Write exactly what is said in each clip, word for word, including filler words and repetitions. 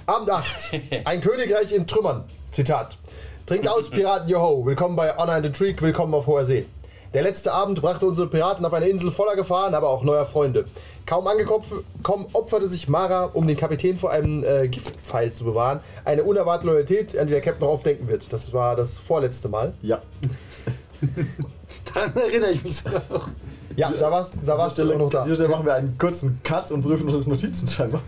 Abend acht. Ein Königreich in Trümmern. Zitat. Trinkt aus, Piraten, joho. Willkommen bei Honor and Intrigue. Willkommen auf hoher See. Der letzte Abend brachte unsere Piraten auf eine Insel voller Gefahren, aber auch neuer Freunde. Kaum angekommen, opferte sich Mara, um den Kapitän vor einem äh, Giftpfeil zu bewahren. Eine unerwartete Loyalität, an die der Captain noch aufdenken wird. Das war das vorletzte Mal. Ja. Dann erinnere ich mich sogar noch. Ja, da warst, da warst du auch noch da. An dieser Stelle machen wir einen kurzen Cut und prüfen unsere Notizen scheinbar.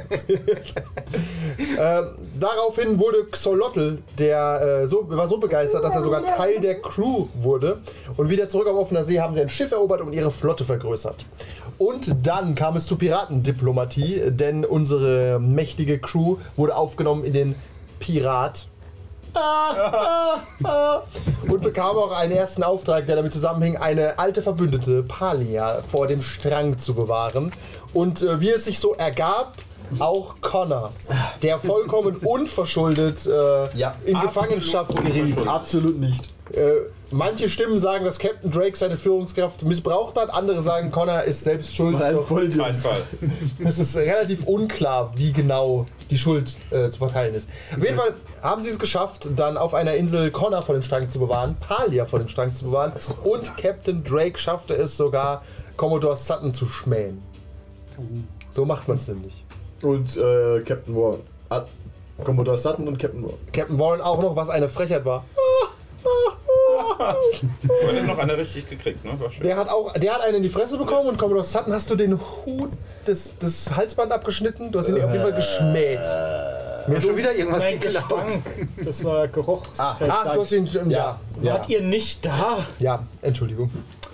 ähm, daraufhin wurde Xolotl, der äh, so, war so begeistert, dass er sogar Teil der Crew wurde. Und wieder zurück auf offener See haben sie ein Schiff erobert und ihre Flotte vergrößert. Und dann kam es zu Piratendiplomatie, denn unsere mächtige Crew wurde aufgenommen in den Pirat. Ah, ah, ah. Und bekam auch einen ersten Auftrag, der damit zusammenhing, eine alte Verbündete, Palia, vor dem Strang zu bewahren. Und äh, wie es sich so ergab, auch Connor, der vollkommen unverschuldet äh, ja, in Gefangenschaft geriet. Absolut nicht. Äh, manche Stimmen sagen, dass Captain Drake seine Führungskraft missbraucht hat, andere sagen, Connor ist selbst schuld. Es ist relativ unklar, wie genau die Schuld äh, zu verteilen ist. Auf jeden Fall haben sie es geschafft, dann auf einer Insel Connor vor dem Strang zu bewahren, Palia vor dem Strang zu bewahren und Captain Drake schaffte es sogar, Commodore Sutton zu schmähen. So macht man es nämlich. Und äh, Captain Warren. Ah, Commodore Sutton und Captain Warren. Captain Warren auch noch, was eine Frechheit war. Aber der hat noch eine richtig gekriegt, ne? War schön. Der hat auch, der hat einen in die Fresse bekommen und Commodore Sutton, hast du den Hut, das, das Halsband abgeschnitten? Du hast ihn äh, auf jeden Fall geschmäht. Mir ist schon wieder irgendwas Nein, geklaut. Das war Geruchs. Ah, ach, du hast ihn, ja. ja. ja. Wart ihr nicht da? Ja, Entschuldigung.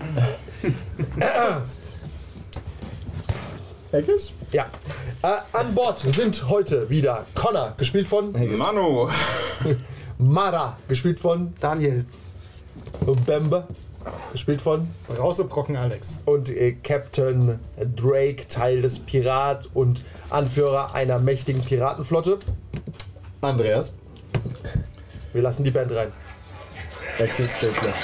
Haggis? Ja. Äh, an Bord sind heute wieder Connor, gespielt von Manu. Mara, gespielt von Daniel. Bembe, gespielt von Rausebrocken Alex. Und äh, Captain Drake, Teil des Pirat und Anführer einer mächtigen Piratenflotte. Andreas. Wir lassen die Band rein. Exit Stage left.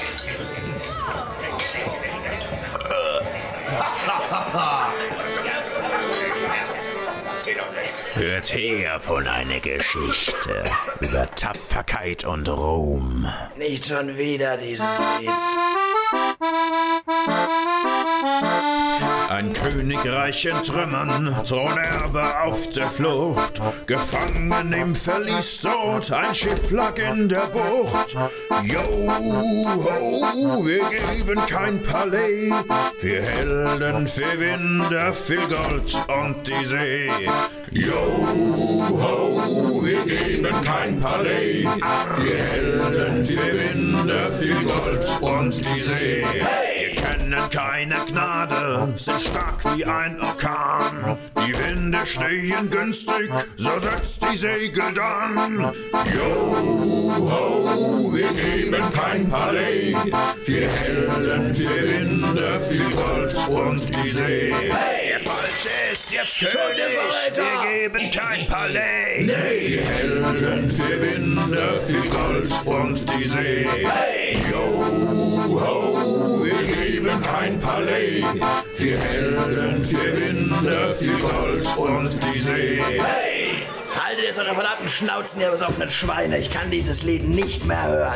Hört her von einer Geschichte über Tapferkeit und Ruhm. Nicht schon wieder dieses Lied. Ein Königreich in Trümmern, Thronerbe auf der Flucht, gefangen im Verlies dort, ein Schiff lag in der Bucht. Yo, ho, wir geben kein Palais, für Helden, für Winde, viel Gold und die See. Yo, ho, wir geben kein Palais, für Helden, für Winde, viel Gold und die See. Wir kennen keine Gnade, sind stark wie ein Orkan. Die Winde stehen günstig, so setzt die Segel dann. Yo, ho, wir geben kein Palais, für Helden, für Winde, viel Gold und die See. Der Falsche ist jetzt König, wir geben kein Palais. Nee. Für Helden, für Winde, viel Gold und die See. Yo, ho, wir geben kein Palais. Für Helden, für Winde, viel Gold und die See. Hey! Haltet jetzt eure verdammten Schnauzen, ihr besoffenen Schweine. Ich kann dieses Lied nicht mehr hören.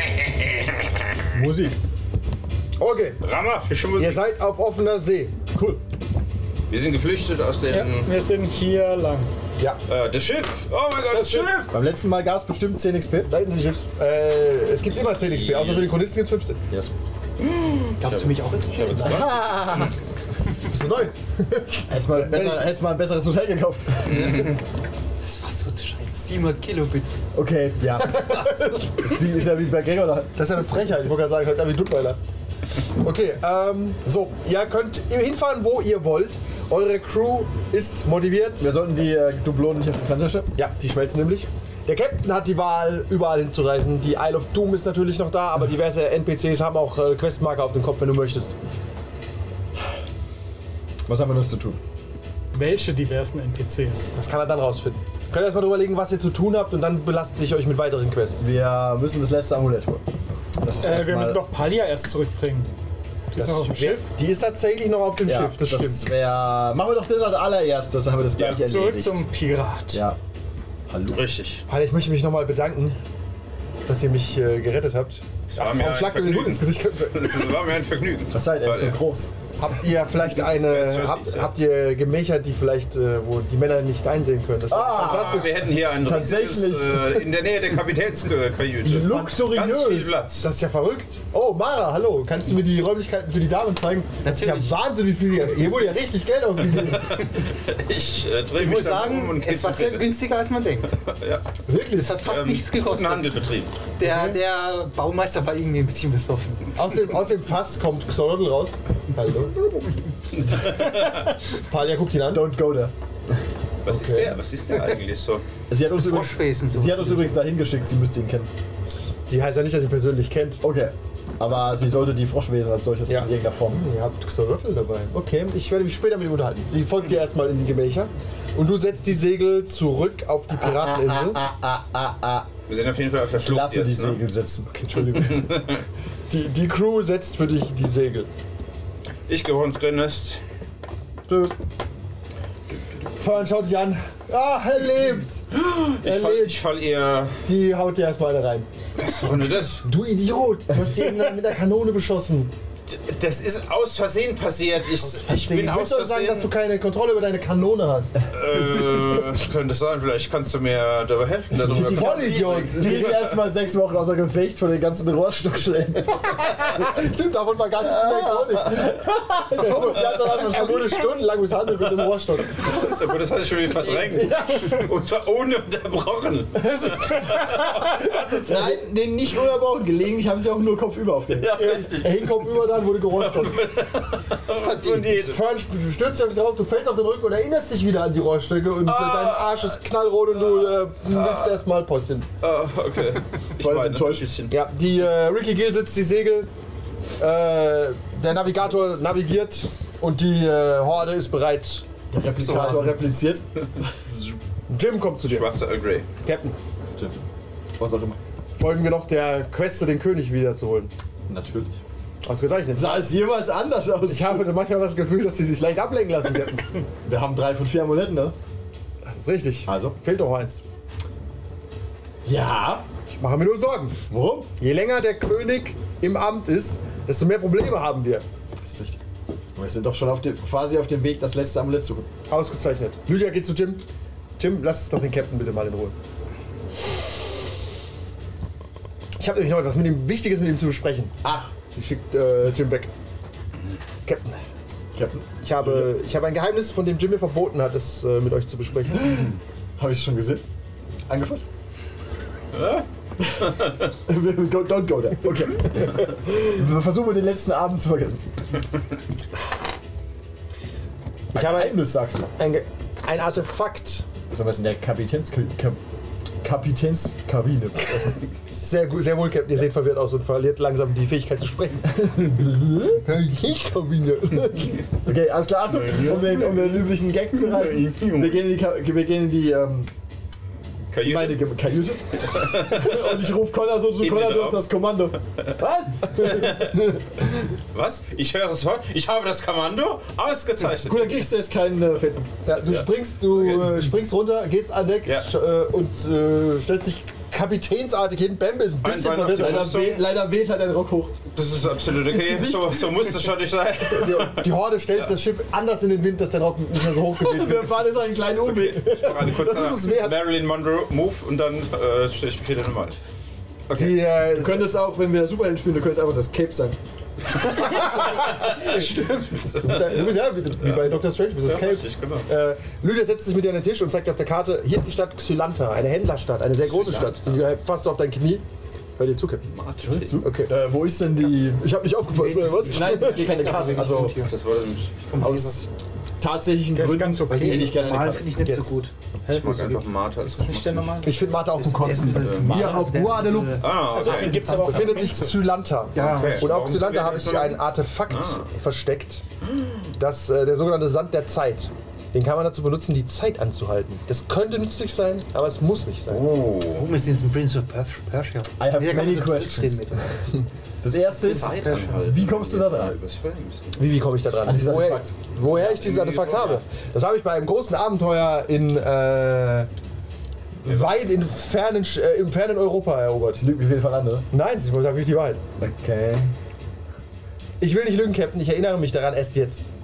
Musik. Okay. Drama, Musik. Ihr seid auf offener See. Cool. Wir sind geflüchtet aus dem... Ja, wir sind hier lang. Ja. Äh, das Schiff. Oh mein Gott, das, das Schiff. Schiff. Beim letzten Mal gab es bestimmt zehn X P. Da hinten sind Schiffs. Äh, es gibt immer zehn X P, außer für den Chronisten gibt es fünfzehn. Yes. Darfst du mich auch X P? Ah, bist du neu? Hättest mal, besser, hättest mal ein besseres Hotel gekauft. Das war so scheiße. siebenhundert Kilobit. Okay, ja. Das ist, wie, ist ja wie bei Gregor. Das ist ja eine Frechheit, ich wollte gerade sagen, halt wie Duttweiler. Okay, ähm, so, ihr könnt hinfahren, wo ihr wollt. Eure Crew ist motiviert. Wir sollten die äh, Dublonen nicht auf die Panzer stellen. Ja, die schmelzen nämlich. Der Captain hat die Wahl, überall hinzureisen. Die Isle of Doom ist natürlich noch da, aber diverse N P Cs haben auch äh, Questmarker auf dem Kopf, wenn du möchtest. Was haben wir noch zu tun? Welche diversen N P Cs? Das kann er dann rausfinden. Könnt ihr erstmal drüber legen, was ihr zu tun habt und dann belastet sich euch mit weiteren Quests. Wir müssen das letzte Amulett holen. Das ist äh, wir müssen doch Palia erst zurückbringen. Die ist noch auf dem Schiff. Die ist tatsächlich noch auf dem ja, Schiff, das, das stimmt. Wär, machen wir doch das als allererstes, dann haben wir das gleich ja, zurück erledigt. zum Pirat. Ja. Hallo. Richtig. Hallo, ich möchte mich nochmal bedanken, dass ihr mich äh, gerettet habt. Es war mir ein Schlag dir den Hut ins Gesicht. Das war mir ein Vergnügen. Verzeiht, er ist so Weil, groß. Habt ihr vielleicht Das eine, weiß habt, ich, ja. habt ihr Gemächer, die vielleicht, äh, wo die Männer nicht einsehen können? Das wäre Ah, fantastisch. Wir hätten hier ein Tatsächlich. riesiges, äh, in der Nähe der Kapitänskajüte. Luxuriös. Ganz viel Platz. Das ist ja verrückt. Oh, Mara, hallo. Kannst du mir die Räumlichkeiten für die Damen zeigen? Das Natürlich. ist ja Wahnsinn, wie viel hier. Hier wurde ja richtig Geld ausgegeben. Ich äh, drehe Ich mich muss dann sagen, um und gehe es war zum sehr Fitness. günstiger, als man denkt. Ja. Wirklich? Es hat fast Ähm, nichts gekostet. guten Handel betrieben. Der, der Baumeister war irgendwie ein bisschen besoffen. Aus dem, aus dem Fass kommt Xolotl raus. Hallo. Palia guckt ihn an. Don't go there. Was ist der? Was ist der eigentlich so? Sie hat uns, übrigens, Froschwesen. sie hat uns übrigens dahin geschickt, sie müsste ihn kennen. Sie heißt ja nicht, dass sie persönlich kennt. Okay. Aber sie sollte die Froschwesen als solches Ja. in irgendeiner Form. Ihr habt Xolotl dabei. Okay, ich werde mich später mit ihm unterhalten. Sie folgt dir erstmal in die Gemächer. Und du setzt die Segel zurück auf die Pirateninsel. Ah, ah, ah, ah. Wir sind auf jeden Fall auf der Ich Flucht lasse die jetzt. Ne? Segel setzen. Entschuldigung. Die, die Crew setzt für dich die Segel. Ich gehe ins Grillnest. Tschüss. Feuern schaut dich an. Ah, er lebt. Er Ich fall, lebt. ich fall eher. Sie haut dir erstmal eine rein. Was war denn das? Du Idiot, du hast die mit der Kanone beschossen. Das ist aus Versehen passiert. Ich, ich bin aus Willst du sagen, Versehen. dass du keine Kontrolle über deine Kanone hast? Äh, könnte sein, vielleicht kannst du mir dabei helfen. Darüber. Vollidiot. Sie ist erstmal sechs Wochen außer Gefecht von den ganzen Rohrstockschlägen. Stimmt, davon war gar nichts in der Chronik. Die hat doch einfach schon nur stundenlang misshandelt mit dem Rohrstock. Das ist aber das hatte ich schon wieder verdrängt. Und zwar ohne unterbrochen. Nein, nee, nicht unterbrochen. Gelegentlich haben sie auch nur kopfüber aufgehängt. Ja, richtig. Er hing kopfüber, dann wurde gerostockt. Fern stürzt dich drauf, du fällst auf den Rücken und erinnerst dich wieder an die Rohrstöcke und Ah. dein Arsch ist knallrot und du äh, willst erstmal posten. Ah, okay. Ich Voll meine, enttäuscht. ein bisschen. Ja, die äh, Ricky Gill sitzt die Segel, äh, der Navigator navigiert und die äh, Horde ist bereit. Der Replikator repliziert. Jim kommt zu dir. Schwarzer Earl Grey. Captain, Was auch immer. folgen wir noch der Queste, den König wiederzuholen. Natürlich. Ausgezeichnet. Sah es jemals anders aus? Ich habe manchmal das Gefühl, dass sie sich leicht ablenken lassen, Captain. Wir haben drei von vier Amuletten, ne? Das ist richtig. Also? Fehlt noch eins. Ja. Ich mache mir nur Sorgen. Warum? Je länger der König im Amt ist, desto mehr Probleme haben wir. Das ist richtig. Wir sind doch schon auf dem, quasi auf dem Weg, das letzte Amulett zu holen. Ausgezeichnet. Lydia geht zu Jim. Jim, lass es doch den Captain bitte mal in Ruhe. Ich habe nämlich noch etwas mit ihm Wichtiges mit ihm zu besprechen. Ach, Ich schickt äh, Jim weg. Captain, Captain. ich habe, ich habe ein Geheimnis, von dem Jim mir verboten hat, es äh, mit euch zu besprechen. Habe ich es schon gesehen? Angefasst? Go, don't go there. Okay. Wir versuchen den letzten Abend zu vergessen. Ich habe ein, Geheimnis, sagst du. ein, Ge- ein Artefakt. Sollen wir es in der Kapitäns... Kap Kapitänskabine. Sehr gut, sehr wohl, Captain. Ihr seht verwirrt aus und verliert langsam die Fähigkeit zu sprechen. Okay, alles klar, Achtung, um den, um den üblichen Gag zu reißen. Wir gehen in die, Ka wir gehen in die ähm, Kajüte. meine Ge- Kajüte. Und ich rufe Connor so zu, Gehen Connor, wir du hast drauf. das Kommando. Was? Was? Ich höre das Wort. Ich habe das Kommando. Ausgezeichnet. Gut, dann kriegst du jetzt keinen äh, Fetten. Ja, du springst, du Okay. äh, springst runter, gehst an Deck Ja. sch- äh, und äh, stellst dich kapitänsartig hin. Bambi ist ein Ein bisschen Bein auf verwirrt. die Leider Brust. We leider weht halt dein Rock hoch. Das ist absolut okay. So, so muss das schon nicht sein. Die, die Horde stellt das Schiff anders in den Wind, dass dein Rock nicht mehr so hoch geweht Wir wird. fahren jetzt einen kleinen Umweg. Ich mache eine kurze Das ist es wert. Marilyn Monroe Move und dann äh, stelle ich mich wieder normal. Sie, äh, Du könntest auch, wenn wir Superhelden spielen, du könntest einfach das Cape sein. du bist ja, du bist ja wie, wie bei Doctor Strange, bist das Cape. Richtig, genau. Äh, Lydia setzt sich mit dir an den Tisch und zeigt dir auf der Karte, hier ist die Stadt Xylanta, eine Händlerstadt, eine sehr große Stadt. Die gehört fast auf dein Knie. Hör dir zu, Captain. Okay. Äh, wo ist denn die... Ich hab nicht aufgepasst, oder was? Nein, ich sehe keine Karte. Also Das war dann. aus tatsächlichen Der ist Gründen ganz okay. hätte ich gerne eine Normal Karte. finde ich nicht so gut. Ich mag einfach Martha. als Ist nicht der normal? Ich finde Martha auch zum Kotzen. Der- Hier auf Guadeloupe Ah, okay. Den gibt's aber auch befindet sich Xylanta. Ja, Okay. Und auf Warum Xylanta sind habe wir ich jetzt ein Artefakt versteckt, das äh, der sogenannte Sand der Zeit. Den kann man dazu benutzen, die Zeit anzuhalten. Das könnte nützlich sein, aber es muss nicht sein. Oh. Warum ist jetzt ein Prince of Perf- Persia? I have Nee, da kann many man so questions. zurückdrehen mit. Das erste ist, wie kommst du da dran? Wie, wie komme ich da dran? An dieses woher, Artefakt. woher ich dieses Artefakt habe? Das habe ich bei einem großen Abenteuer in, äh, weit in fernen, äh, im fernen Europa erobert. Das lügt mich auf jeden Fall an, ne? Nein, sie sagen wirklich die Wahrheit. Okay. Ich will nicht lügen, Captain, ich erinnere mich daran erst jetzt.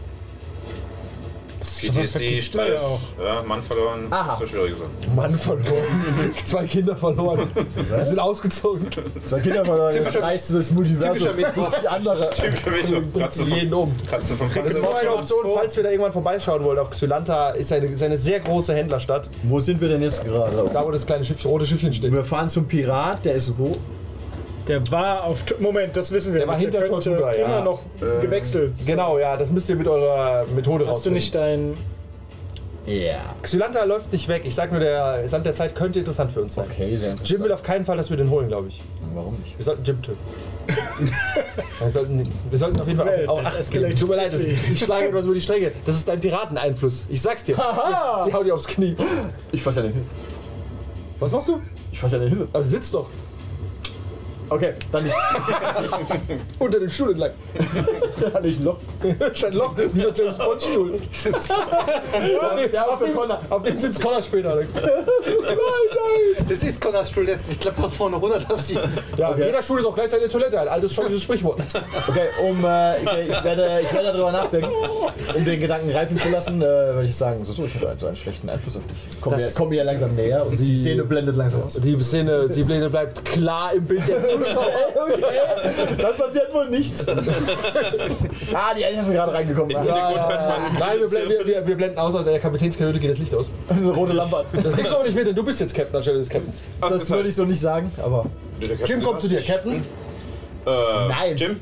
P T S D, vergisst man ja Stress, auch. ja, Mann verloren, Aha. so schwierige Sachen. Mann verloren. Zwei Kinder verloren. Wir sind ausgezogen. Zwei Kinder verloren, jetzt reist du durchs Multiversum. typischer suchst die andere. Typischer Mittwoch, Kratze jeden um. vom, Kratze vom Das ist Kratze. nur eine Option, falls wir da irgendwann vorbeischauen wollen. Auf Xylanta ist eine, ist eine sehr große Händlerstadt. Wo sind wir denn jetzt gerade? Da, wo das kleine Schiff, rote Schiffchen steht. Wir fahren zum Pirat, der ist wo? Der war auf. Moment, das wissen wir Der war nicht. hinter könnte Tortuga, ja. immer noch gewechselt. Genau, ja, das müsst ihr mit eurer Methode Hast du rausfinden. nicht dein. Ja. Xylanta läuft nicht weg. Ich sag nur, der Sand der Zeit könnte interessant für uns sein. Okay, sehr interessant. Jim will auf keinen Fall, dass wir den holen, glaube ich. Warum nicht? Wir sollten Jim töten. wir, sollten, wir sollten auf jeden Fall Welt, auf, auf das Acht geben. escalated Tut mir leid, das, quickly. ich schlage etwas über die Strecke. Das ist dein Pirateneinfluss. Ich sag's dir. Haha! Sie haut dir aufs Knie. Ich fass ja den hin. Was machst du? Ich fass ja den hin. Aber sitz doch. Okay, dann nicht. Unter dem Stuhl entlang. Dann nicht ein Loch. Dein Loch, dieser James Bond Stuhl. auf, dem, Ja, auf, für dem, Connor. auf dem sitzt Connor später. Nein, Das ist Connors Stuhl, der- ich glaube, vorne runter, dass die. Ja, Okay. jeder Stuhl ist auch gleichzeitig eine Toilette. Ein altes schottisches Sprichwort. Okay, um, äh, okay, ich, werde, ich werde darüber nachdenken, um den Gedanken reifen zu lassen, äh, würde ich sagen, so, so, ich habe so einen schlechten Einfluss auf dich. Komm, Das- mir, komm mir langsam näher und die Szene blendet langsam aus. Die Szene, die Szene bleibt klar im Bild der Zuschauer. Okay, dann passiert wohl nichts. Ah, die Aliens sind gerade reingekommen. Im Hintergrund hört man Nein, wir blenden, wir, wir, wir blenden aus, aus der Kapitänskajüte geht das Licht aus. Eine rote Lampe. Das kriegst du auch nicht mit, denn du bist jetzt Captain anstelle des Captains. Das würde ich so nicht sagen, aber. Jim kommt zu dir, Captain. Äh, Nein. Jim?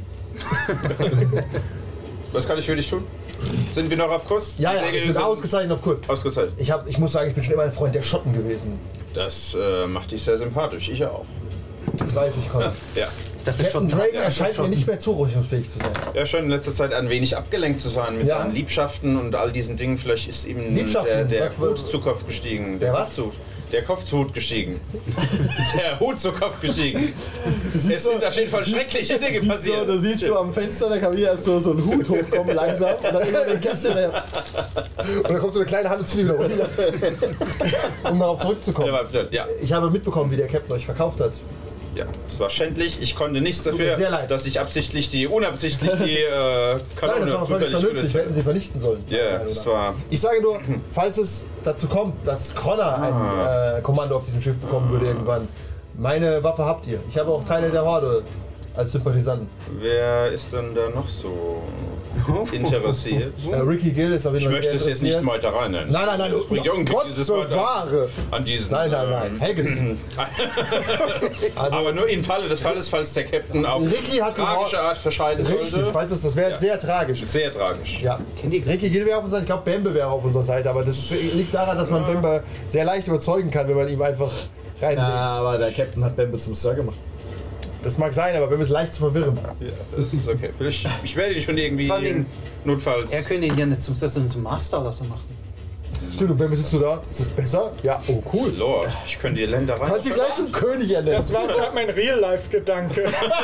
Was kann ich für dich tun? Sind wir noch auf Kurs? Ja, ja, Segel wir sind sind ausgezeichnet auf Kurs. ausgezeichnet. Ich, hab, ich muss sagen, ich bin schon immer ein Freund der Schotten gewesen. Das äh, macht dich sehr sympathisch. Ich auch. Das weiß ich, Connor. Ja. Captain Dragon erscheint mir nicht mehr zurechnungsfähig zu sein. Er scheint in letzter Zeit ein wenig abgelenkt zu sein mit Ja. seinen Liebschaften und all diesen Dingen. Vielleicht ist ihm Liebschaften? der, der Was- Hut zu Kopf gestiegen. Der was? Kopf zu, der Kopf zu Hut gestiegen. Der Hut zu Kopf gestiegen. Es siehst sind so- auf jeden Fall schreckliche Dinge Siehst passiert. so, du siehst so am Fenster der Kabine erst so, so ein Hut hochkommen langsam und dann irgendwann den Kästchen daher. Und dann kommt so eine kleine Hand und zieht die wieder runter. Um darauf zurückzukommen. Ja, aber- ja, Ich habe mitbekommen, wie der Captain euch verkauft hat. ja, es war schändlich. Ich konnte nichts Tut mir dafür, sehr leid. dass ich absichtlich die, unabsichtlich die äh, Nein, Kanone das war völlig zufällig vernünftig. gelöst Wir hätten habe. sie vernichten sollen. Ja, das war. Ich sage nur, falls es dazu kommt, dass Connor ein äh, Kommando auf diesem Schiff bekommen würde irgendwann, meine Waffe habt ihr. Ich habe auch Teile der Horde als Sympathisanten. Wer ist denn da noch so interessiert? Äh, Ricky Gill ist auf jeden Ich Fall möchte sehr es jetzt nicht interessiert. weiter rein nennen. Nein, nein, nein, Das bringt ja Gott Unglück, dieses Wort an, bewahre. an diesen. Nein, nein, nein, ähm, Hagen. Also, Aber nur im Falle des Falles, falls der Captain auf Ricky hat die tragische Art verscheiden richtig, sollte. falls es, das wäre Ja. sehr tragisch. Sehr tragisch. Ja, Ricky Gill wäre auf unserer Seite, ich glaube Bembe wäre auf unserer Seite, aber das ist, liegt daran, dass man Bembe sehr leicht überzeugen kann, wenn man ihm einfach reinlegt. Ja, aber der Captain hat Bambi zum Sir gemacht. Das mag sein, aber Bembe ist leicht zu verwirren. Ja, das ist okay. Vielleicht, ich werde ihn schon irgendwie Vor allem, notfalls. Er könnte ihn ja nicht zum, sondern zum Master oder so machen. Stimmt, und Bembe sitzt du da? Ist das besser? Ja, oh cool. Lord, ich könnte die Länder rein. Kannst dich gleich zum König ernennen. Das war gerade mein Real-Life-Gedanke.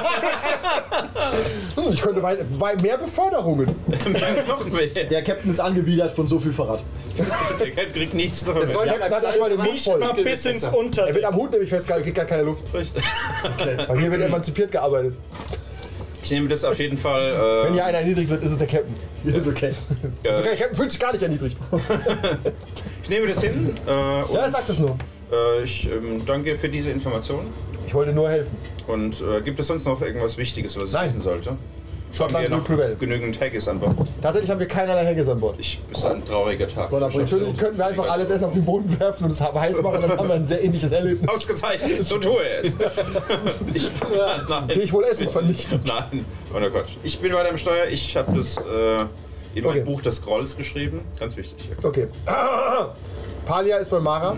Hm, ich könnte wei wei mehr Beförderungen. Noch mehr. Der Captain ist angewidert von so viel Verrat. Der Captain kriegt nichts davon. Das soll Ja, ja dann erstmal den Mund Riecht voll. mal bis ins Er wird Unter. am Hut nämlich festgehalten, kriegt gar keine Luft. Weil hier wird emanzipiert gearbeitet. Ich nehme das auf jeden Fall. Wenn Äh, hier einer erniedrigt wird, ist es der Captain. Ist okay. Also äh, der Captain fühlt sich gar nicht erniedrigt. ich nehme das hin. Äh, und, Ja, er sagt es nur. äh, ich ähm, danke für diese Information. Ich wollte nur helfen. Und äh, gibt es sonst noch irgendwas Wichtiges, was ich Nein. wissen sollte? Schottland Haben wir will noch prevail. genügend Haggis an Bord? Tatsächlich haben wir keinerlei Haggis an Bord. Ich, ist ein trauriger Tag. Natürlich könnten wir einfach alles Essen auf den Boden werfen und es heiß machen, dann haben wir ein sehr ähnliches Erlebnis. Ausgezeichnet, so tue es. ich, nein, Will ich wohl Essen vernichten? nein, oh Gott. Ich bin weiter im Steuer. Ich habe das äh, in Okay. meinem Buch des Scrolls geschrieben. Ganz wichtig. Okay. Palia ist bei Mara.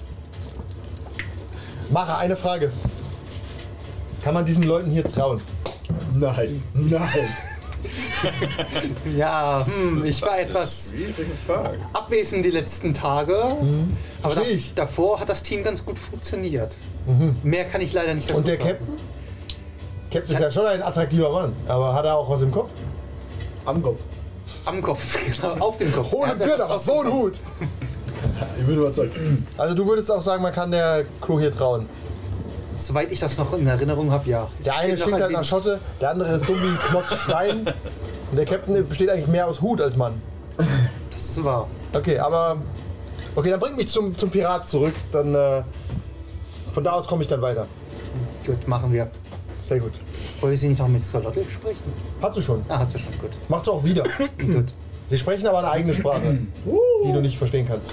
Mara, eine Frage. Kann man diesen Leuten hier trauen? Nein, nein. Ja, hm, ich war etwas Schwierige Frage. abwesend die letzten Tage. Aber da, Mhm. Versteh ich. davor hat das Team ganz gut funktioniert. Mehr kann ich leider nicht dazu Und der sagen. Captain? Captain ist ja schon ein attraktiver Mann, aber hat er auch was im Kopf? Am Kopf. Am Kopf, genau, auf dem Kopf. Er Ohne hat etwas Birne, aus so dem ein Kopf. Hut. Ich bin überzeugt. Also du würdest auch sagen, man kann der Crew hier trauen. Soweit ich das noch in Erinnerung habe, ja. Der eine stinkt halt nach Schotte, der andere ist dumm wie ein Klotz Schwein. Und der Captain besteht eigentlich mehr aus Hut als Mann. Das ist wahr. Okay, aber... Okay, dann bring mich zum, zum Pirat zurück. Dann... Äh, von da aus komme ich dann weiter. Gut, machen wir. Sehr gut. Wollte sie nicht noch mit Solotl sprechen? Hat sie schon. Ah, hat sie schon, gut. Macht sie auch wieder. Gut. Sie sprechen aber eine eigene Sprache, die du nicht verstehen kannst.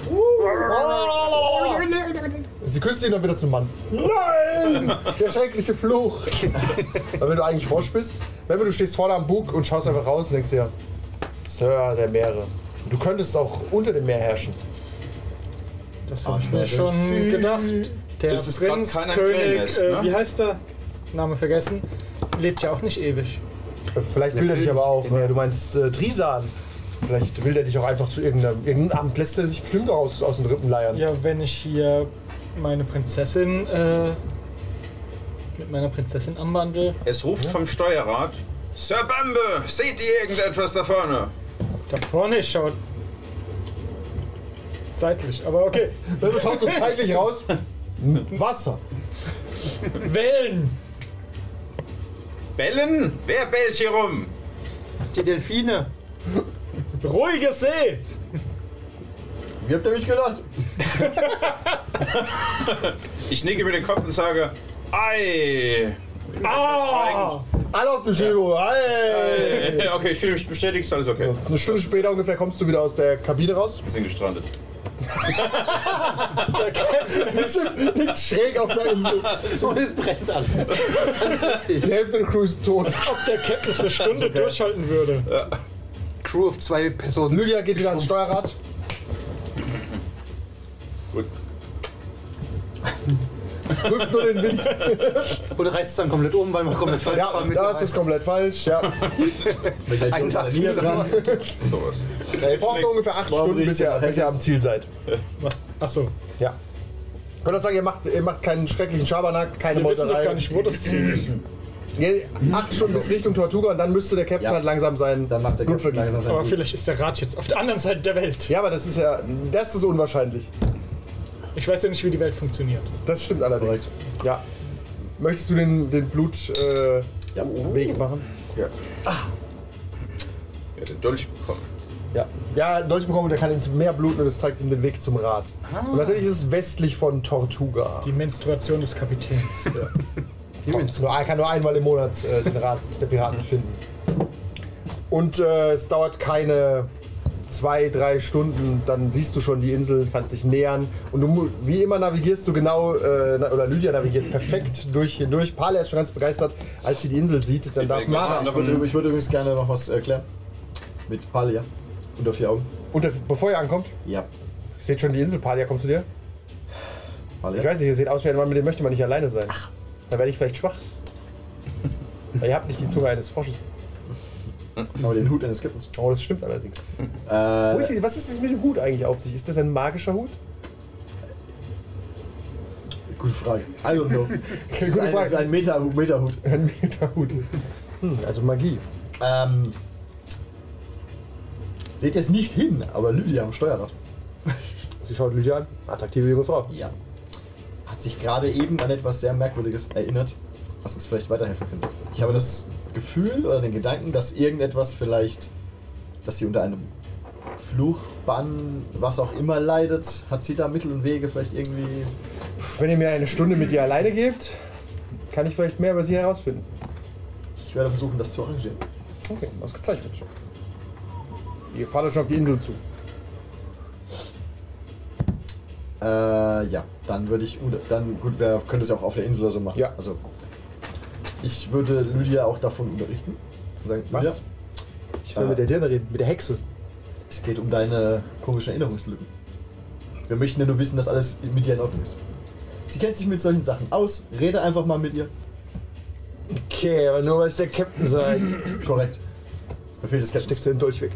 Und sie küsst ihn dann wieder zum Mann. Nein! Der schreckliche Fluch. Weil wenn du eigentlich forsch bist, wenn du stehst vorne am Bug und schaust einfach raus und denkst dir, Sir der Meere. Du könntest auch unter dem Meer herrschen. Das habe ich mir schon gedacht. Der Ist es grad Prinz, kein König, Krähennest, äh, ne? wie heißt der? Name vergessen. Lebt ja auch nicht ewig. Vielleicht will er dich aber auch, äh, du meinst äh, Trisan. Vielleicht will der dich auch einfach zu irgendeinem, irgendeinem Amt, lässt er sich bestimmt auch aus, aus den Rippen leiern. Ja, wenn ich hier meine Prinzessin äh, mit meiner Prinzessin anwandle. Es ruft vom Steuerrad. Sir Bambe, seht ihr irgendetwas da vorne? Da vorne schaut seitlich, aber okay. Bambe schaut so zeitlich raus. Wasser. Wellen! Bellen? Wer bellt hier rum? Die Delfine. Ruhige See! Wie habt ihr mich genannt? Ich nicke mir den Kopf und sage, Ei! Ah! Alle auf dem Schiff. Hey. Äh, Okay, ich fühle mich bestätigt, ist alles okay. Eine Stunde später ungefähr kommst du wieder aus der Kabine raus. Wir sind gestrandet. Das Schiff liegt schräg auf der Insel. Und es brennt alles. Ganz wichtig. Die Hälfte der Crew ist tot. Ob der Captain es eine Stunde durchhalten würde. Crew auf zwei Personen. Lydia geht wieder ans Steuerrad. Gut. Prüft nur den Wind. Und reißt es dann komplett um, weil man komplett falsch Ja, war mit da dem ist das komplett falsch. Ja. Ein Tag Hier dran. Sowas. Ihr braucht noch ungefähr acht Warum Stunden, bis ihr, richtig? bis ihr am Ziel seid. Was? Achso. Ja. Ich würde sagen, ihr macht, ihr macht keinen schrecklichen Schabernack, keine Wir wissen doch Meuterei. gar nicht, wo das Ziel ist. Ja, acht Stunden bis Richtung Tortuga und dann müsste der Captain Ja. halt langsam sein Dann macht der Blut Captain vergießen. langsam sein Aber Blut. vielleicht ist der Rat jetzt auf der anderen Seite der Welt. Ja, aber das ist ja, das ist unwahrscheinlich. Ich weiß ja nicht, wie die Welt funktioniert. Das stimmt allerdings. Ja. Möchtest du den, den Blutweg äh, Ja. Weg machen? Ja. Ja, den Dolch bekommen. Ja. Ja, Dolch bekommen und der kann ins Meer bluten und das zeigt ihm den Weg zum Rad. Und natürlich ist es westlich von Tortuga. Die Menstruation des Kapitäns. Nur, er kann nur einmal im Monat äh, den Rat der Piraten finden. Und äh, es dauert keine zwei, drei Stunden, dann siehst du schon die Insel, kannst dich nähern. Und du, mu- wie immer navigierst du genau, äh, na- oder Lydia navigiert perfekt durch hier durch. Palia ist schon ganz begeistert, als sie die Insel sieht. Dann darf mir Mara. gerade Ich würde, ich würde übrigens gerne noch was erklären. Mit Palia. Unter vier Augen. Und der, bevor ihr ankommt, Ja. seht schon die Insel. Palia, kommst du dir? Palia. Ich weiß nicht, ihr seht aus wie ein Mann, mit dem möchte man nicht alleine sein. Dann werde ich vielleicht schwach. Weil ihr habt nicht die Zunge eines Frosches. Aber den Hut eines Captains. Oh, das stimmt allerdings. Wo ist Äh, die, was ist das mit dem Hut eigentlich auf sich? Ist das ein magischer Hut? gute Frage. I don't know. Das ist gute ein, Frage. das ist ein Meta- Meta-Hut. Ein Meterhut. Hm, also Magie. Ähm, seht ihr es nicht hin, aber Lydia am Steuerrad. Sie schaut Lydia an. Attraktive junge Frau. Ja. Hat sich gerade eben an etwas sehr Merkwürdiges erinnert, was uns vielleicht weiterhelfen könnte. Ich habe das Gefühl oder den Gedanken, dass irgendetwas vielleicht, dass sie unter einem Fluchbann, was auch immer leidet. Hat sie da Mittel und Wege vielleicht irgendwie... Wenn ihr mir eine Stunde mit ihr alleine gebt, kann ich vielleicht mehr über sie herausfinden. Ich werde versuchen, das zu arrangieren. Okay, ausgezeichnet. Ihr fahrt jetzt schon auf die Insel zu. Äh, ja, dann würde ich, dann gut, wer könnte es auch auf der Insel oder so machen. Ja. Also, ich würde Lydia auch davon unterrichten. Und sagen, Was? Lydia, Ich soll Äh. mit der Dirne reden, mit der Hexe. es geht um deine komischen Erinnerungslücken. Wir möchten ja nur wissen, dass alles mit dir in Ordnung ist. Sie kennt sich mit solchen Sachen aus. Rede einfach mal mit ihr. Okay, aber nur weil es der Captain sei. Korrekt. Befehl des Captains. Steckst du den Dolch weg.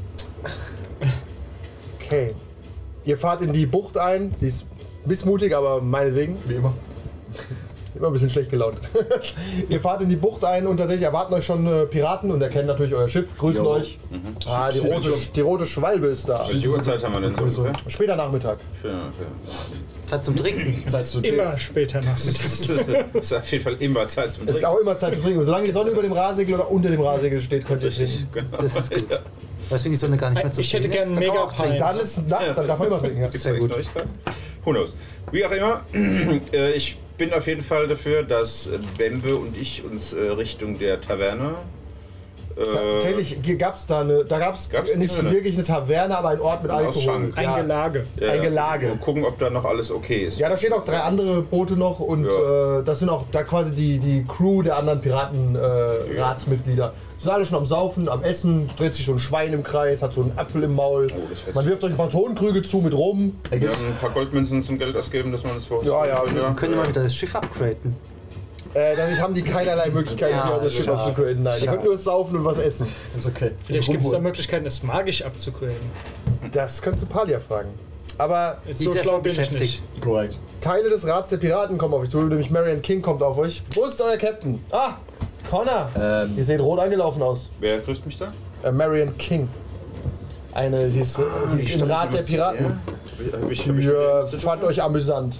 Okay. Ihr fahrt in die Bucht ein. Sie ist missmutig, aber meinetwegen. Wie immer. Immer ein bisschen schlecht gelaunt. Ihr fahrt in die Bucht ein und tatsächlich erwarten euch schon äh, Piraten und erkennen natürlich euer Schiff, grüßen Jo. euch. Ah, die rote, die rote Schwalbe ist da. Welche Uhrzeit haben wir denn so ungefähr? Später Nachmittag. Schön, okay. Zeit zum Trinken. Zeit zu Tee. Immer später nach. Das ist auf jeden Fall immer Zeit zum Es ist Trinken. auch immer Zeit zu trinken. Solange die Sonne über dem Rahsegel oder unter dem Rahsegel steht, könnt ihr trinken. Genau. Das ist gut. Deswegen die Sonne gar nicht mehr zu Ich hätte sehen gern ist, einen da kann man Mega auch trinken. Dann ist Nacht, dann darf man immer trinken. Ja. Gibt es Sehr gut. Neuigkeiten? Who knows. Wie auch immer, äh, ich bin auf jeden Fall dafür, dass äh, Bembe und ich uns äh, Richtung der Taverne. Äh, Tatsächlich gab es da eine, da gab es Gab's eine nicht Taverne? wirklich eine Taverne, aber ein Ort mit Ein Alkohol. Ausschank. Ein Ja. Gelage. ja, ein Gelage. Und gucken, ob da noch alles okay ist. Ja, da stehen auch drei andere Boote noch und Ja. äh, das sind auch da quasi die, die Crew der anderen Piraten-Ratsmitglieder. Äh, Ratsmitglieder. Sind alle schon am Saufen, am Essen, dreht sich so ein Schwein im Kreis, hat so einen Apfel im Maul. Oh, das hört Man sich- wirft euch ein paar Tonkrüge zu mit Rum. Wir haben ein paar Goldmünzen zum Geld ausgeben, dass man es bei uns Ja, ja, ja. Können wir wieder das Schiff upgraden? Äh, dadurch haben die keinerlei Möglichkeiten, Ja, hier das Schiff schade. abzugraden. Nein, ihr könnt nur saufen und was essen. Ist okay. Vielleicht gibt es da Rumholen. Möglichkeiten, es magisch abzugraden. Das könntest du Palia fragen. Aber Jetzt Die so ist schlau erstmal bin ich beschäftigt. nicht. Korrekt. Teile des Rats der Piraten kommen auf euch zu, nämlich Marian King kommt auf euch. Wo ist euer Captain? Ah, Connor. Ähm, Ihr seht rot angelaufen aus. Wer grüßt mich da? Äh, Marian King. Eine, sie ist, sie ist im Rat der Piraten. Ja? Hab ich, hab ich Ihr fand euch amüsant.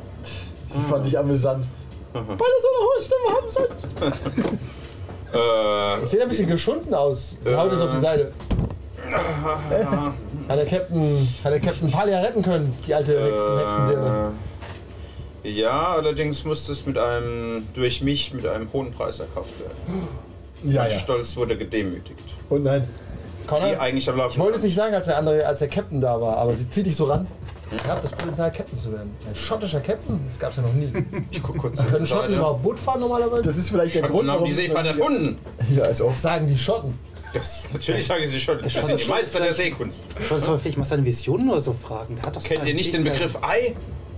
sie fand ich amüsant. Weil du so eine hohe Stimme haben solltest. äh, Sieht ein bisschen geschunden aus. Sie haut es auf die Seite. Äh, hat der Captain, hat der Captain Palia retten können, die alte Hexen, Hexendirne. äh, ja, allerdings musste es mit einem, durch mich mit einem hohen Preis erkauft werden. Ja, mein ja. Stolz wurde gedemütigt. Und nein. Die Connor, eigentlich am Laufen. ich wollte es nicht sagen, als der andere, als der Captain da war, aber sie zieht dich so ran. Ihr habt das Potenzial, Captain zu werden. Ein schottischer Captain? Das gab's ja noch nie. Ich guck kurz Können zur Schotten Seite. überhaupt Boot fahren normalerweise? Das ist vielleicht der Grund, Schotten haben die es Seefahrt dann- erfunden. Ja, als auch. Das sagen die Schotten. Das, natürlich sagen sie schon. Das sind die Meister der Seekunst. Schon soll vielleicht mal seine Vision nur so fragen. Der hat doch so Kennt eine ihr nicht den Fähigkeit. Begriff Ei?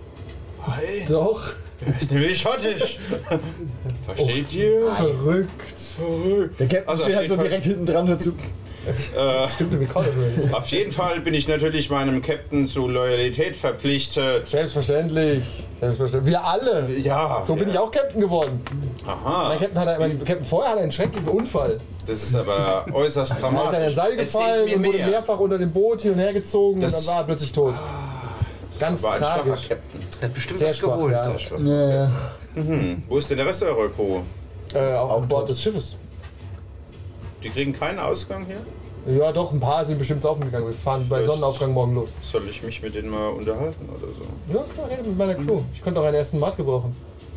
Ei? Doch. Das ist nämlich schottisch. Versteht ihr? Verrückt. Verrückt. Der Captain Also steht auf halt so jeden Fall- direkt hinten dran dazu. Äh, Stimmt, wie Connor will. auf jeden Fall bin ich natürlich meinem Captain zu Loyalität verpflichtet. Selbstverständlich. Selbstverständlich. Wir alle. Ja. So bin ich auch Captain geworden. Aha. Mein Captain, hat, mein Captain vorher hatte einen schrecklichen Unfall. Das ist aber äußerst Er ist dramatisch. an den Seil Erzählt gefallen mir und wurde mehr. mehrfach unter dem Boot hin und her gezogen Das- und dann war er plötzlich tot. Ganz War ein schwacher tragisch. Captain. Der hat bestimmt Sehr was schwach, geholt. ja. Sehr schwach. Ja, ja. Hm. Wo ist denn der Rest eurer Crew? Äh, auch an Bord des Schiffes. Die kriegen keinen Ausgang hier? Ja, doch, ein paar sind bestimmt saufen gegangen. Wir fahren bei Sonnenaufgang morgen los. Soll ich mich mit denen mal unterhalten oder so? Ja, klar, rede mit meiner Crew. Ich könnte auch einen ersten Mat gebrauchen.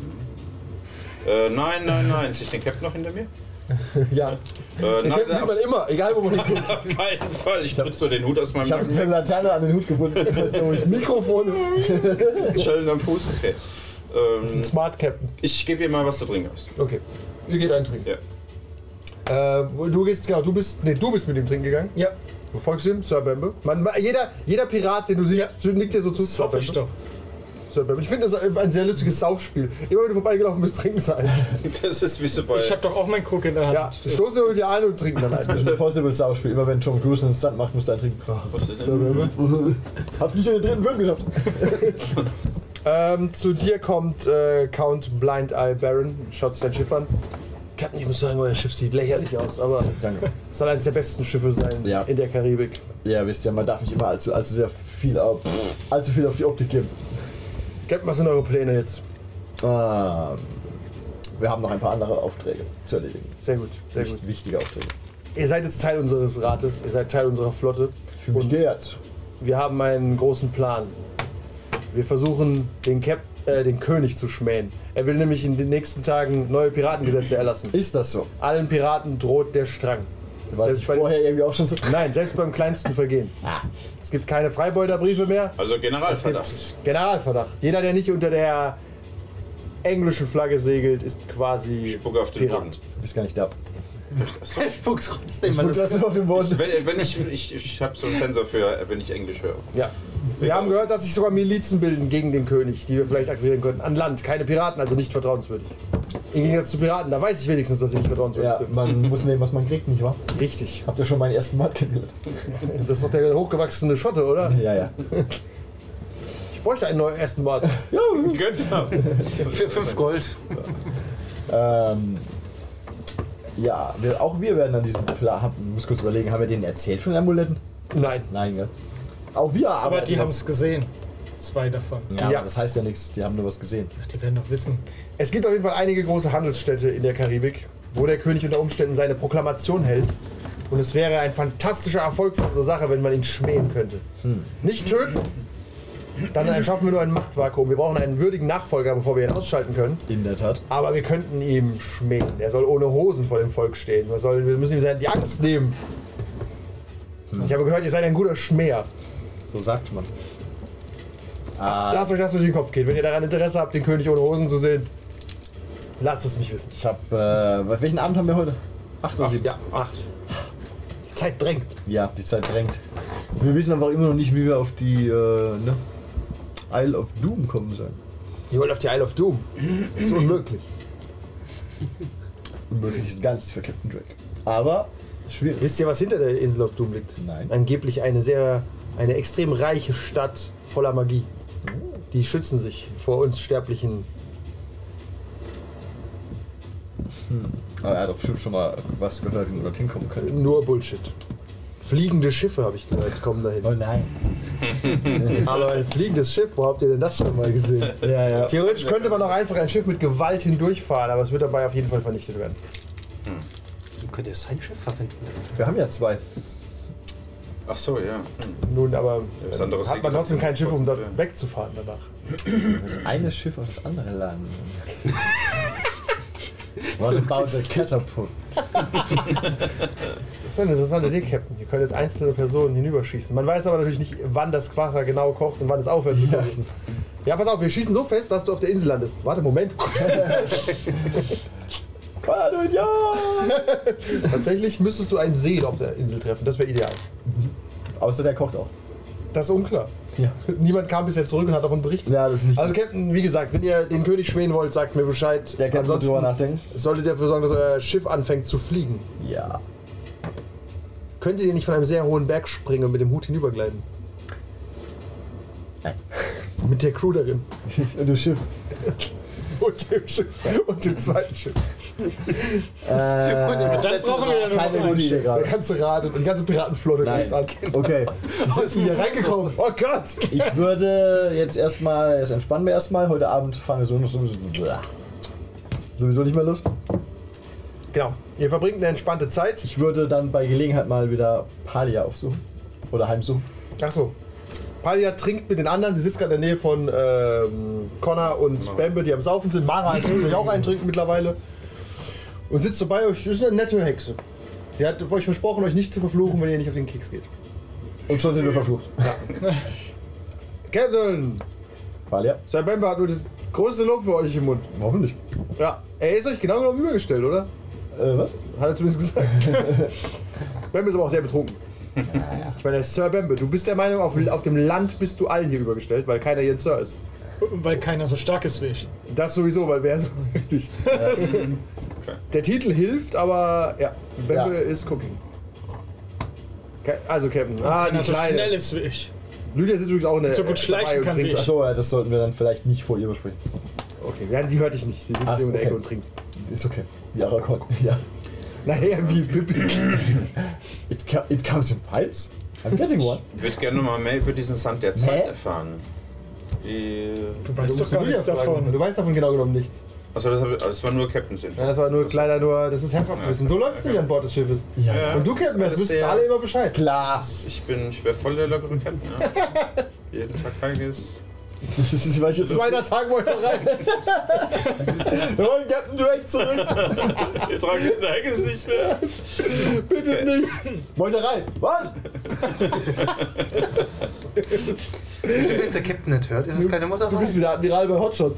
Äh, nein, nein, nein. Ist nicht den Captain noch hinter mir? Ja. Äh, Den nein, Captain sieht man immer, egal wo man hinguckt. auf keinen Fall. Ich drück so den Hut aus meinem Ich habe Nacken. eine Laterne an den Hut gebunden. So, ich Mikrofone. Schellen am Fuß. Okay. Das ist ein Ähm, Smart Captain. ich gebe ihr mal was zu trinken aus. Okay. Ihr geht einen trinken. Ja. Äh, du gehst, genau, du bist, nee, du bist mit dem Trinken gegangen. Ja, Du folgst ihm, Sir Bembe. Man, man, jeder, jeder Pirat, den du siehst, so nickt dir so zu. das hoffe ich doch. Sir Bembe. Ich finde das ein sehr lustiges Saufspiel. Immer wenn du vorbeigelaufen bist, trinken sie einen. Das ist wie so bei. Ich habe doch auch meinen Krug in der Hand. Ja, die stoßen über dir an und trinken dann einen. ein Possible Sauspiel. Immer wenn Tom Cruise einen Stunt macht, musst du einen trinken. Was ist denn? Hab nicht in den dritten Film geschafft. Ähm, zu dir kommt äh, Count Blind Eye Baron. Schaut sich dein Schiff an. Captain, ich muss sagen, euer Schiff sieht lächerlich aus, aber Danke. es soll eines der besten Schiffe sein Ja. in der Karibik. Ja, wisst ihr, man darf nicht immer allzu, allzu sehr viel auf, allzu viel auf die Optik geben. Captain, was sind eure Pläne jetzt? Ähm, wir haben noch ein paar andere Aufträge zu erledigen. Sehr gut, sehr gut. Nicht wichtige Aufträge. Ihr seid jetzt Teil unseres Rates, ihr seid Teil unserer Flotte. Ich fühle mich Und geehrt. wir haben einen großen Plan. Wir versuchen, den, Cap äh, den König zu schmähen. Er will nämlich in den nächsten Tagen neue Piratengesetze erlassen. Ist das so? Allen Piraten droht der Strang. War Selbst ich bei- vorher irgendwie auch schon so? Nein, selbst beim kleinsten Vergehen. Es gibt keine Freibeuterbriefe mehr. Also Es Generalverdacht. gibt Generalverdacht. Jeder, der nicht unter der englischen Flagge segelt, ist quasi Spucke auf den Boden. Ist gar nicht da. Der spuckt trotzdem. Ich weil guck das das auf den Boden. Wenn, wenn ich ich, ich habe so einen Sensor für, wenn ich Englisch höre. Ja. Wir haben gehört, dass sich sogar Milizen bilden gegen den König, die wir vielleicht akquirieren könnten. An Land, keine Piraten, also nicht vertrauenswürdig. Im Gegensatz zu Piraten, da weiß ich wenigstens, dass sie nicht vertrauenswürdig Ja, sind. man muss nehmen, was man kriegt, nicht wahr? Richtig. Habt ihr schon meinen ersten Mal kennengelernt? Das ist doch der hochgewachsene Schotte, oder? Ja, ja. bräuchte einen neuen ersten Mord. Ja, Genau. Für fünf Gold. ähm, ja wir, auch wir werden an diesem Plan. Ich muss kurz überlegen, haben wir denen erzählt von den Amuletten? Nein. Nein, gell? Auch wir Aber arbeiten. die noch- haben es gesehen. Zwei davon. Ja, Ja. aber das heißt ja nichts. Die haben nur was gesehen. Ach, die werden doch wissen. Es gibt auf jeden Fall einige große Handelsstädte in der Karibik, wo der König unter Umständen seine Proklamation hält. Und es wäre ein fantastischer Erfolg für unsere Sache, wenn man ihn schmähen könnte. Nicht töten, dann schaffen wir nur ein Machtvakuum. Wir brauchen einen würdigen Nachfolger, bevor wir ihn ausschalten können. In der Tat. Aber wir könnten ihm schmähen. Er soll ohne Hosen vor dem Volk stehen. Wir, sollen, wir müssen ihm die Angst nehmen. Ich habe gehört, ihr seid ein guter Schmäher. So sagt man. Ah, Lasst euch das durch den Kopf gehen. Wenn ihr daran Interesse habt, den König ohne Hosen zu sehen, lasst es mich wissen. ich hab. Äh, welchen Abend haben wir heute? Acht oder sieben? Ja, acht. Die Zeit drängt. Ja, die Zeit drängt. Wir wissen aber immer noch nicht, wie wir auf die äh, ne, Isle of Doom kommen sollen. Ihr wollt auf die Isle of Doom. Das ist unmöglich. Unmöglich ist gar nichts für Captain Drake. Aber schwierig. Wisst ihr, was hinter der Insel of Doom liegt? Nein. Angeblich eine sehr, eine extrem reiche Stadt voller Magie. Die schützen sich vor uns Sterblichen. Aber er hat doch bestimmt schon mal was gehört, wie wir dorthin kommen können. Nur Bullshit. Fliegende Schiffe, habe ich gehört, kommen dahin. Oh nein. Aber ein fliegendes Schiff, wo habt ihr denn das schon mal gesehen? Ja, ja. Theoretisch könnte man auch einfach ein Schiff mit Gewalt hindurchfahren, aber es wird dabei auf jeden Fall vernichtet werden. Du könntest sein Schiff verwenden. Wir haben ja zwei. Ach so, ja. Nun, aber was äh, anderes hat man Segel- trotzdem kein Schiff, um dort Ja. wegzufahren danach. Das eine Schiff auf das andere laden. What about the catapult? Das ist eine interessante Idee, Captain. Ihr könntet einzelne Personen hinüberschießen. Man weiß aber natürlich nicht, wann das Wasser genau kocht und wann es aufhört zu kochen. Ja, pass auf, wir schießen so fest, dass du auf der Insel landest. Warte, Moment. Ja! Tatsächlich müsstest du einen See auf der Insel treffen. Das wäre ideal. Außer der kocht auch. Das ist unklar. Ja. Niemand kam bisher zurück und hat davon berichtet. Ja, das ist nicht. Also, Captain, wie gesagt, wenn ihr den König schmähen wollt, sagt mir Bescheid. Der kann drüber nachdenken. solltet ihr dafür sorgen, dass euer Schiff anfängt zu fliegen. Ja. Könntet ihr nicht von einem sehr hohen Berg springen und mit dem Hut hinübergleiten? Nein. Mit der Crew darin. Und das Schiff. Und dem Schiff. Und dem zweiten Schiff. Äh, Dann brauchen wir ja nur keine noch gute Idee Der gerade. ganze Rat und die ganze Piratenflotte Nein. greift an. Okay. Wie sind hier reingekommen? Oh Gott! Ich würde jetzt erstmal, jetzt entspannen wir erstmal. Heute Abend fahren wir so noch sowieso, sowieso nicht mehr los. Genau. Ihr verbringt eine entspannte Zeit. Ich würde dann bei Gelegenheit mal wieder Palia aufsuchen. Oder heimsuchen. Achso. Palia trinkt mit den anderen. Sie sitzt gerade in der Nähe von ähm, Connor und Bambe, die am Saufen sind. Mara ist natürlich auch eintrinken mittlerweile. Und sitzt so bei euch. Das ist eine nette Hexe. Sie hat euch versprochen, euch nicht zu verfluchen, wenn ihr nicht auf den Keks geht. Und schon sind wir verflucht. Captain! Palia? Sir Bambe hat nur das größte Lob für euch im Mund. Hoffentlich. Ja, er ist euch genau genommen übergestellt, oder? Äh, was? Hat er zumindest gesagt. Bambe ist aber auch sehr betrunken. Ich meine, Sir Bambe, du bist der Meinung, auf, auf dem Land bist du allen hier übergestellt, weil keiner hier ein Sir ist. Weil keiner so stark ist wie ich. Das sowieso, weil wer so richtig. Der Titel hilft, aber ja, Bambe Ja. ist Cooking. Ke- Also Captain, ah, die Keiner so schnell Kleine. ist wie ich. Lydia sitzt übrigens auch eine So gut schleichen kann wie ich. Achso, ja, das sollten wir dann vielleicht nicht vor ihr besprechen. Okay, ja, sie hört dich nicht. Sie sitzt Ach hier so, in der okay. Ecke und trinkt. Ist okay. Ja, Rakon. Ja. Naja, wie Pippi. It, co- it comes in piles? I'm getting one. Ich würde gerne noch mal mehr über diesen Sand der Zeit Hä? erfahren. Die, Du weißt doch musst gar Lydia nichts fragen. davon. Du weißt davon genau genommen nichts. achso, das, hab ich- das war nur Captain's Info. Ja, das war nur kleiner, nur, das ist Herrschaftswissen. So läuft es nicht an Bord des Schiffes. Ja. Und du, Captain, das alles wissen sehr- alle immer Bescheid. Klar. Ich bin, ich wäre voll der lockere Captain. Ja. Jeden Tag Heiges. Das ist, weil ich jetzt Zweiter Tag wollte ich noch rein. Wir wollen Captain Drake zurück. Wir tragen diesen Heiges nicht mehr. Bitte Okay. nicht. Meuterei. Was? Wenn es der Captain nicht hört, ist es keine Mutter. Du bist wieder Admiral bei Hotshots.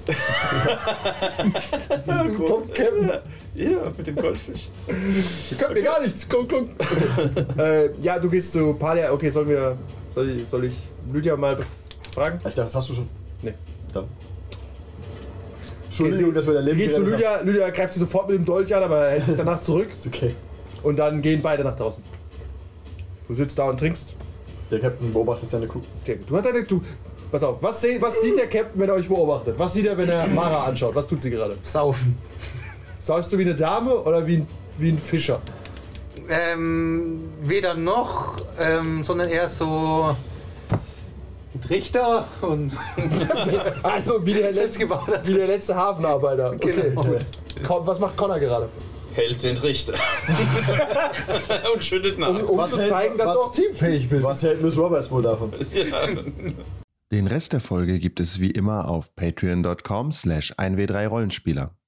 Top Captain. Ja, mit dem Goldfisch. Wir können mir gar nichts. Klunk, klunk. äh, ja, du gehst zu Palia. Okay, sollen wir. Soll ich, soll ich Lydia mal fragen? Ich dachte, das hast du schon. Nee. Dann. Entschuldigung, dass wir dein Sie Leben geht zu gerettet haben. Lydia. Lydia greift sie sofort mit dem Dolch an, aber er hält sich danach zurück. Ist okay. Und dann gehen beide nach draußen. Du sitzt da und trinkst. Der Captain beobachtet seine Crew. Okay, du, hast deine, du, Pass auf, was, se- was sieht der Captain, wenn er euch beobachtet? Was sieht er, wenn er Mara anschaut? Was tut sie gerade? Saufen. Saufst du wie eine Dame oder wie ein, wie ein Fischer? Ähm, weder noch, ähm, sondern eher so ein Trichter und Also wie der, letzte, selbstgebauter. wie der letzte Hafenarbeiter. Okay. Genau. Con- Was macht Connor gerade? Hält den Trichter. Und schüttet nach. Um, um Was zu hält- zeigen, dass was- du auch teamfähig bist. Was hält Miss Roberts wohl davon? Den Rest der Folge gibt es wie immer auf patreon dot com slash eins w drei Rollenspieler.